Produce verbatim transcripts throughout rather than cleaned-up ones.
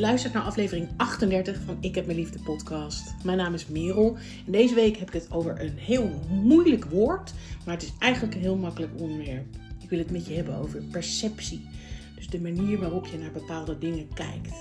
luistert naar aflevering achtendertig van Ik heb mijn liefde podcast. Mijn naam is Merel en deze week heb ik het over een heel moeilijk woord, maar het is eigenlijk een heel makkelijk onderwerp. Ik wil het met je hebben over perceptie. Dus de manier waarop je naar bepaalde dingen kijkt.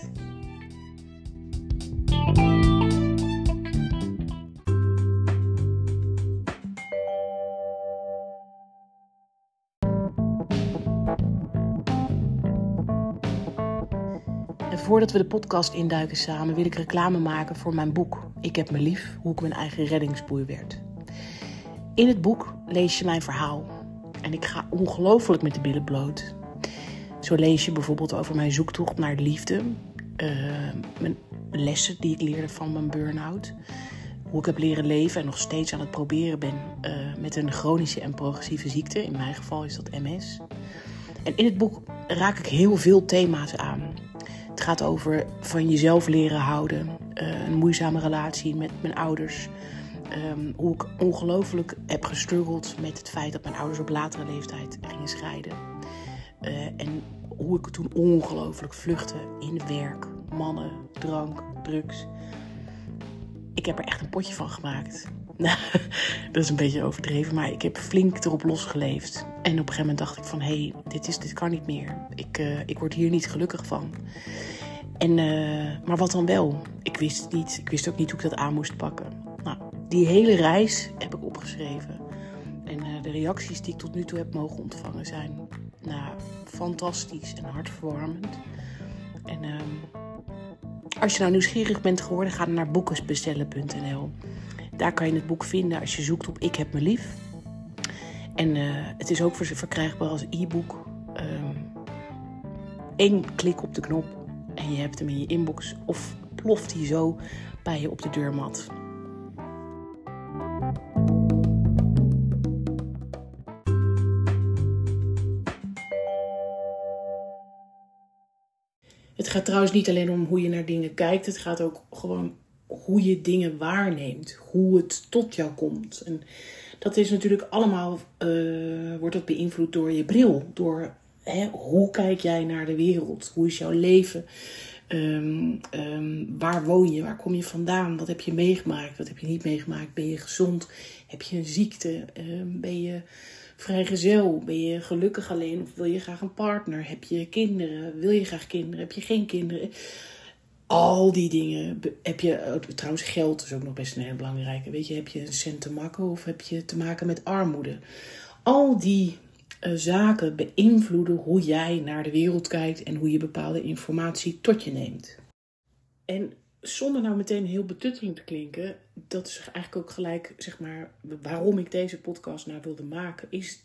En voordat we de podcast induiken samen, wil ik reclame maken voor mijn boek Ik heb me lief, hoe ik mijn eigen reddingsboei werd. In het boek lees je mijn verhaal. En ik ga ongelooflijk met de billen bloot. Zo lees je bijvoorbeeld over mijn zoektocht naar liefde. Uh, mijn lessen die ik leerde van mijn burn-out. Hoe ik heb leren leven en nog steeds aan het proberen ben uh, met een chronische en progressieve ziekte. In mijn geval is dat M S. En in het boek raak ik heel veel thema's aan. Het gaat over van jezelf leren houden. Uh, een moeizame relatie met mijn ouders. Um, hoe ik ongelooflijk heb gestruggeld met het feit dat mijn ouders op latere leeftijd gingen scheiden. Uh, en hoe ik toen ongelooflijk vluchtte in werk, mannen, drank, drugs. Ik heb er echt een potje van gemaakt. Dat is een beetje overdreven, maar ik heb flink erop losgeleefd. En op een gegeven moment dacht ik van, hé, hey, dit, is, dit kan niet meer. Ik, uh, ik word hier niet gelukkig van. En, uh, maar wat dan wel? Ik wist het niet. Ik wist ook niet hoe ik dat aan moest pakken. Nou, die hele reis heb ik opgeschreven. En uh, de reacties die ik tot nu toe heb mogen ontvangen zijn nou, fantastisch en hartverwarmend. En uh, als je nou nieuwsgierig bent geworden, ga dan naar boekensbestellen punt n l. Daar kan je het boek vinden als je zoekt op Ik heb me lief. En uh, het is ook verkrijgbaar als e-book. Um, Eén klik op de knop en je hebt hem in je inbox. Of ploft hij zo bij je op de deurmat. Het gaat trouwens niet alleen om hoe je naar dingen kijkt. Het gaat ook gewoon hoe je dingen waarneemt. Hoe het tot jou komt. En dat is natuurlijk allemaal, uh, wordt dat beïnvloed door je bril. Door hè, hoe kijk jij naar de wereld? Hoe is jouw leven? Um, um, waar woon je? Waar kom je vandaan? Wat heb je meegemaakt? Wat heb je niet meegemaakt? Ben je gezond? Heb je een ziekte? Um, ben je vrijgezel? Ben je gelukkig alleen? Of wil je graag een partner? Heb je kinderen? Wil je graag kinderen? Heb je geen kinderen? Al die dingen. Heb je, trouwens, geld is ook nog best een heel belangrijke. Weet je, heb je een cent te makken of heb je te maken met armoede? Al die uh, zaken beïnvloeden hoe jij naar de wereld kijkt en hoe je bepaalde informatie tot je neemt. En zonder nou meteen heel betuttelend te klinken, dat is eigenlijk ook gelijk, zeg maar, waarom ik deze podcast nou wilde maken, is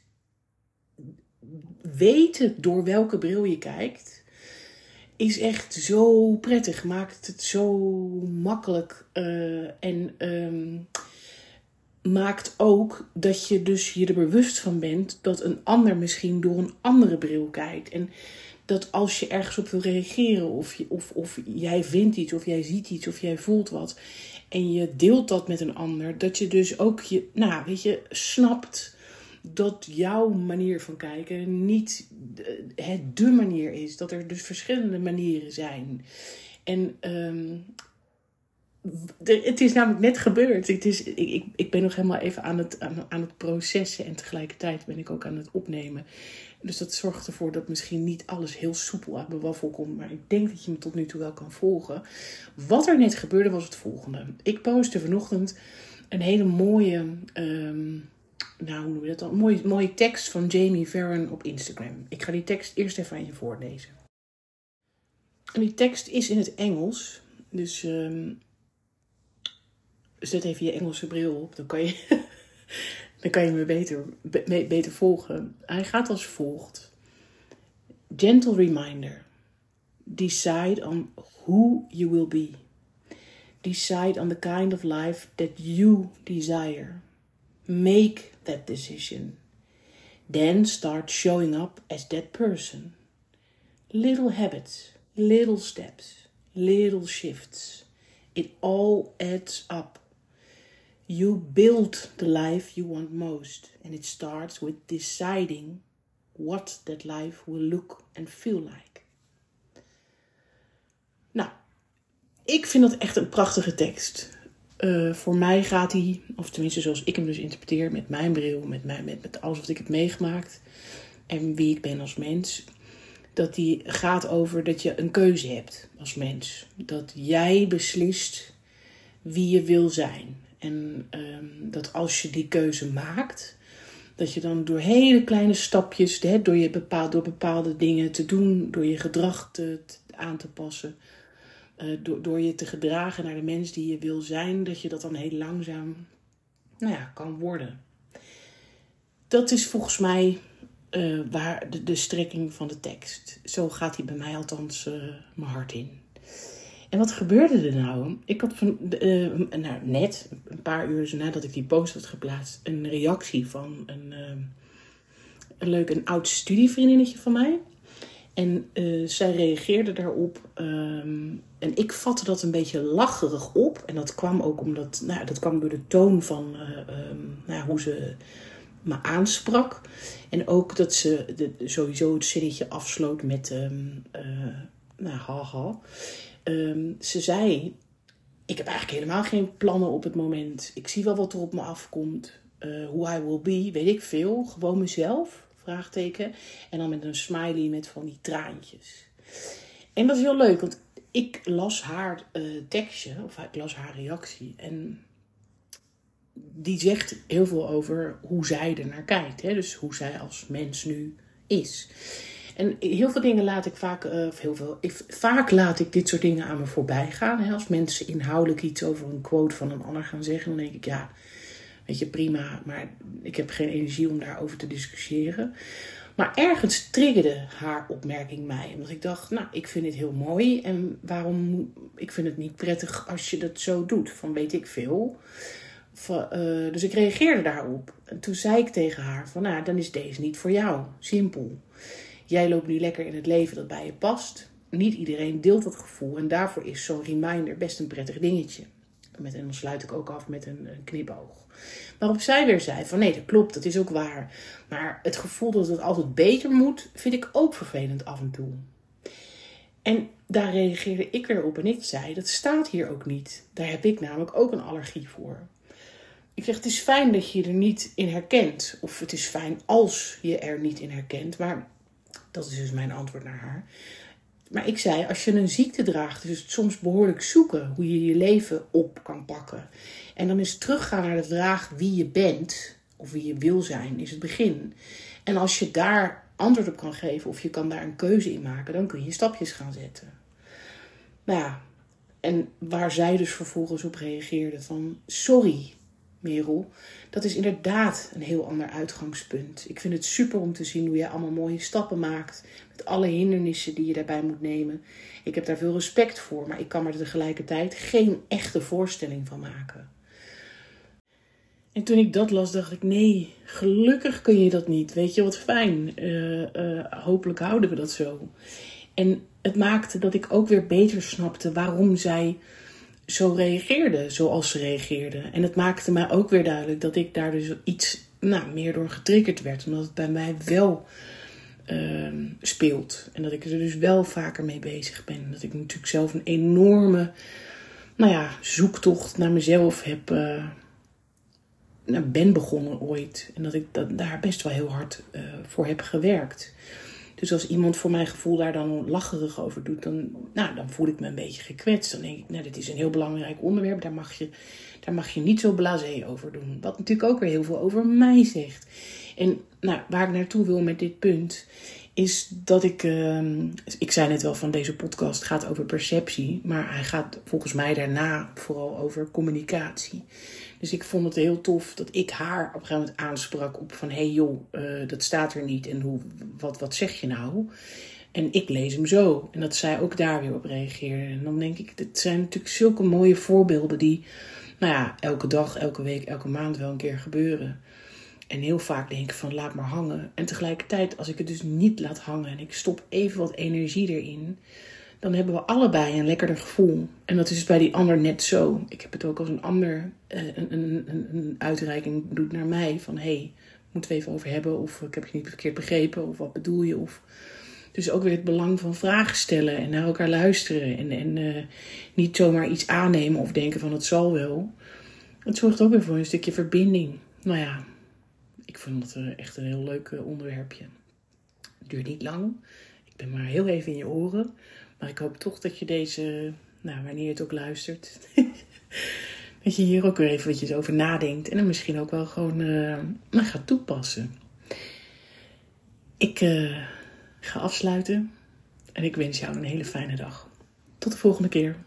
weten door welke bril je kijkt, is echt zo prettig, maakt het zo makkelijk uh, en um, maakt ook dat je dus je er bewust van bent dat een ander misschien door een andere bril kijkt. En dat als je ergens op wil reageren of, je, of, of jij vindt iets of jij ziet iets of jij voelt wat en je deelt dat met een ander, dat je dus ook je, nou weet je, snapt dat jouw manier van kijken niet het de manier is. Dat er dus verschillende manieren zijn. En um, de, het is namelijk net gebeurd. Het is, ik, ik, ik ben nog helemaal even aan het, aan, aan het processen. En tegelijkertijd ben ik ook aan het opnemen. Dus dat zorgt ervoor dat misschien niet alles heel soepel uit mijn wafel komt. Maar ik denk dat je me tot nu toe wel kan volgen. Wat er net gebeurde was het volgende. Ik postte vanochtend een hele mooie Um, Nou, hoe noem je dat dan? Een mooie, mooie tekst van Jamie Farron op Instagram. Ik ga die tekst eerst even aan je voorlezen. En die tekst is in het Engels. Dus um, zet even je Engelse bril op. Dan kan je, dan kan je me beter, be, beter volgen. Hij gaat als volgt. Gentle reminder. Decide on who you will be. Decide on the kind of life that you desire. Make that decision. Then start showing up as that person. Little habits, little steps, little shifts. It all adds up. You build the life you want most. And it starts with deciding what that life will look and feel like. Nou, ik vind dat echt een prachtige tekst. Uh, voor mij gaat hij, of tenminste zoals ik hem dus interpreteer, met mijn bril, met, mijn, met, met alles wat ik heb meegemaakt en wie ik ben als mens, dat die gaat over dat je een keuze hebt als mens. Dat jij beslist wie je wil zijn. En um, dat als je die keuze maakt, dat je dan door hele kleine stapjes, hè, door, je bepaald, door bepaalde dingen te doen, door je gedrag te, te, aan te passen, uh, door, door je te gedragen naar de mens die je wil zijn, dat je dat dan heel langzaam, nou ja, kan worden. Dat is volgens mij uh, waar de, de strekking van de tekst. Zo gaat hij bij mij althans uh, mijn hart in. En wat gebeurde er nou? Ik had van, uh, nou, net, een paar uur nadat ik die post had geplaatst, een reactie van een, uh, een leuk, een oud studievriendinnetje van mij. En uh, zij reageerde daarop. Um, en ik vatte dat een beetje lacherig op. En dat kwam ook omdat, nou, dat kwam door de toon van uh, um, nou, hoe ze me aansprak. En ook dat ze de, sowieso het zinnetje afsloot met, um, uh, nou, haha. Um, ze zei, ik heb eigenlijk helemaal geen plannen op het moment. Ik zie wel wat er op me afkomt. Uh, who I will be, weet ik veel. Gewoon mezelf, vraagteken. En dan met een smiley met van die traantjes. En dat is heel leuk, want ik las haar uh, tekstje, of ik las haar reactie. En die zegt heel veel over hoe zij er naar kijkt. Hè? Dus hoe zij als mens nu is. En heel veel dingen laat ik vaak, uh, of heel veel, ik, vaak laat ik dit soort dingen aan me voorbij gaan. Hè? Als mensen inhoudelijk iets over een quote van een ander gaan zeggen, dan denk ik, ja, weet je, prima, maar ik heb geen energie om daarover te discussiëren. Maar ergens triggerde haar opmerking mij. Omdat ik dacht, nou, ik vind dit heel mooi. En waarom, ik vind het niet prettig als je dat zo doet. Van weet ik veel. Van, uh, dus ik reageerde daarop. En toen zei ik tegen haar, van nou, dan is deze niet voor jou. Simpel. Jij loopt nu lekker in het leven dat bij je past. Niet iedereen deelt dat gevoel. En daarvoor is zo'n reminder best een prettig dingetje. Met, en dan sluit ik ook af met een, een knipoog. Waarop zij weer zei van nee, dat klopt, dat is ook waar. Maar het gevoel dat het altijd beter moet, vind ik ook vervelend af en toe. En daar reageerde ik weer op en ik zei, dat staat hier ook niet. Daar heb ik namelijk ook een allergie voor. Ik zeg, het is fijn dat je je er niet in herkent. Of het is fijn als je er niet in herkent. Maar dat is dus mijn antwoord naar haar. Maar ik zei, als je een ziekte draagt, is het soms behoorlijk zoeken hoe je je leven op kan pakken. En dan is teruggaan naar de vraag wie je bent, of wie je wil zijn, is het begin. En als je daar antwoord op kan geven, of je kan daar een keuze in maken, dan kun je stapjes gaan zetten. Nou ja, en waar zij dus vervolgens op reageerde van, sorry Merel, dat is inderdaad een heel ander uitgangspunt. Ik vind het super om te zien hoe jij allemaal mooie stappen maakt. Met alle hindernissen die je daarbij moet nemen. Ik heb daar veel respect voor, maar ik kan er tegelijkertijd geen echte voorstelling van maken. En toen ik dat las, dacht ik, nee, gelukkig kun je dat niet. Weet je, wat fijn. Uh, uh, hopelijk houden we dat zo. En het maakte dat ik ook weer beter snapte waarom zij zo reageerde zoals ze reageerde. En het maakte mij ook weer duidelijk dat ik daar dus iets nou, meer door getriggerd werd. Omdat het bij mij wel uh, speelt. En dat ik er dus wel vaker mee bezig ben. Dat ik natuurlijk zelf een enorme nou ja, zoektocht naar mezelf heb, uh, nou, ben begonnen ooit. En dat ik dat, daar best wel heel hard uh, voor heb gewerkt. Dus als iemand voor mijn gevoel daar dan lacherig over doet, dan, nou, dan voel ik me een beetje gekwetst. Dan denk ik, nou, dit is een heel belangrijk onderwerp. Daar mag je, daar mag je niet zo blasé over doen. Wat natuurlijk ook weer heel veel over mij zegt. En nou, waar ik naartoe wil met dit punt, is dat ik, uh, ik zei net wel van deze podcast gaat over perceptie. Maar hij gaat volgens mij daarna vooral over communicatie. Dus ik vond het heel tof dat ik haar op een gegeven moment aansprak op van, hé hey joh, uh, dat staat er niet en hoe, wat, wat zeg je nou? En ik lees hem zo. En dat zij ook daar weer op reageerde. En dan denk ik, dit zijn natuurlijk zulke mooie voorbeelden die, nou ja, elke dag, elke week, elke maand wel een keer gebeuren. En heel vaak denk ik van, laat maar hangen. En tegelijkertijd, als ik het dus niet laat hangen en ik stop even wat energie erin, dan hebben we allebei een lekkerder gevoel. En dat is bij die ander net zo. Ik heb het ook als een ander een, een, een, een uitreiking doet naar mij. Van, hé, hey, moeten we even over hebben? Of ik heb je niet verkeerd begrepen? Of wat bedoel je? Of Dus ook weer het belang van vragen stellen en naar elkaar luisteren. En, en uh, niet zomaar iets aannemen of denken van het zal wel. Het zorgt ook weer voor een stukje verbinding. Nou ja, ik vond het uh, echt een heel leuk uh, onderwerpje. Het duurt niet lang. Ik ben maar heel even in je oren. Maar ik hoop toch dat je deze, nou wanneer je het ook luistert, dat je hier ook weer eventjes over nadenkt. En dan misschien ook wel gewoon uh, nou, gaat toepassen. Ik uh, ga afsluiten. En ik wens jou een hele fijne dag. Tot de volgende keer.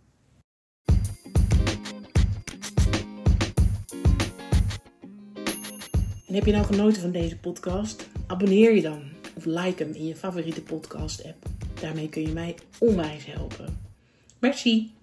En heb je nou genoten van deze podcast? Abonneer je dan of like hem in je favoriete podcast app. Daarmee kun je mij onwijs helpen. Merci!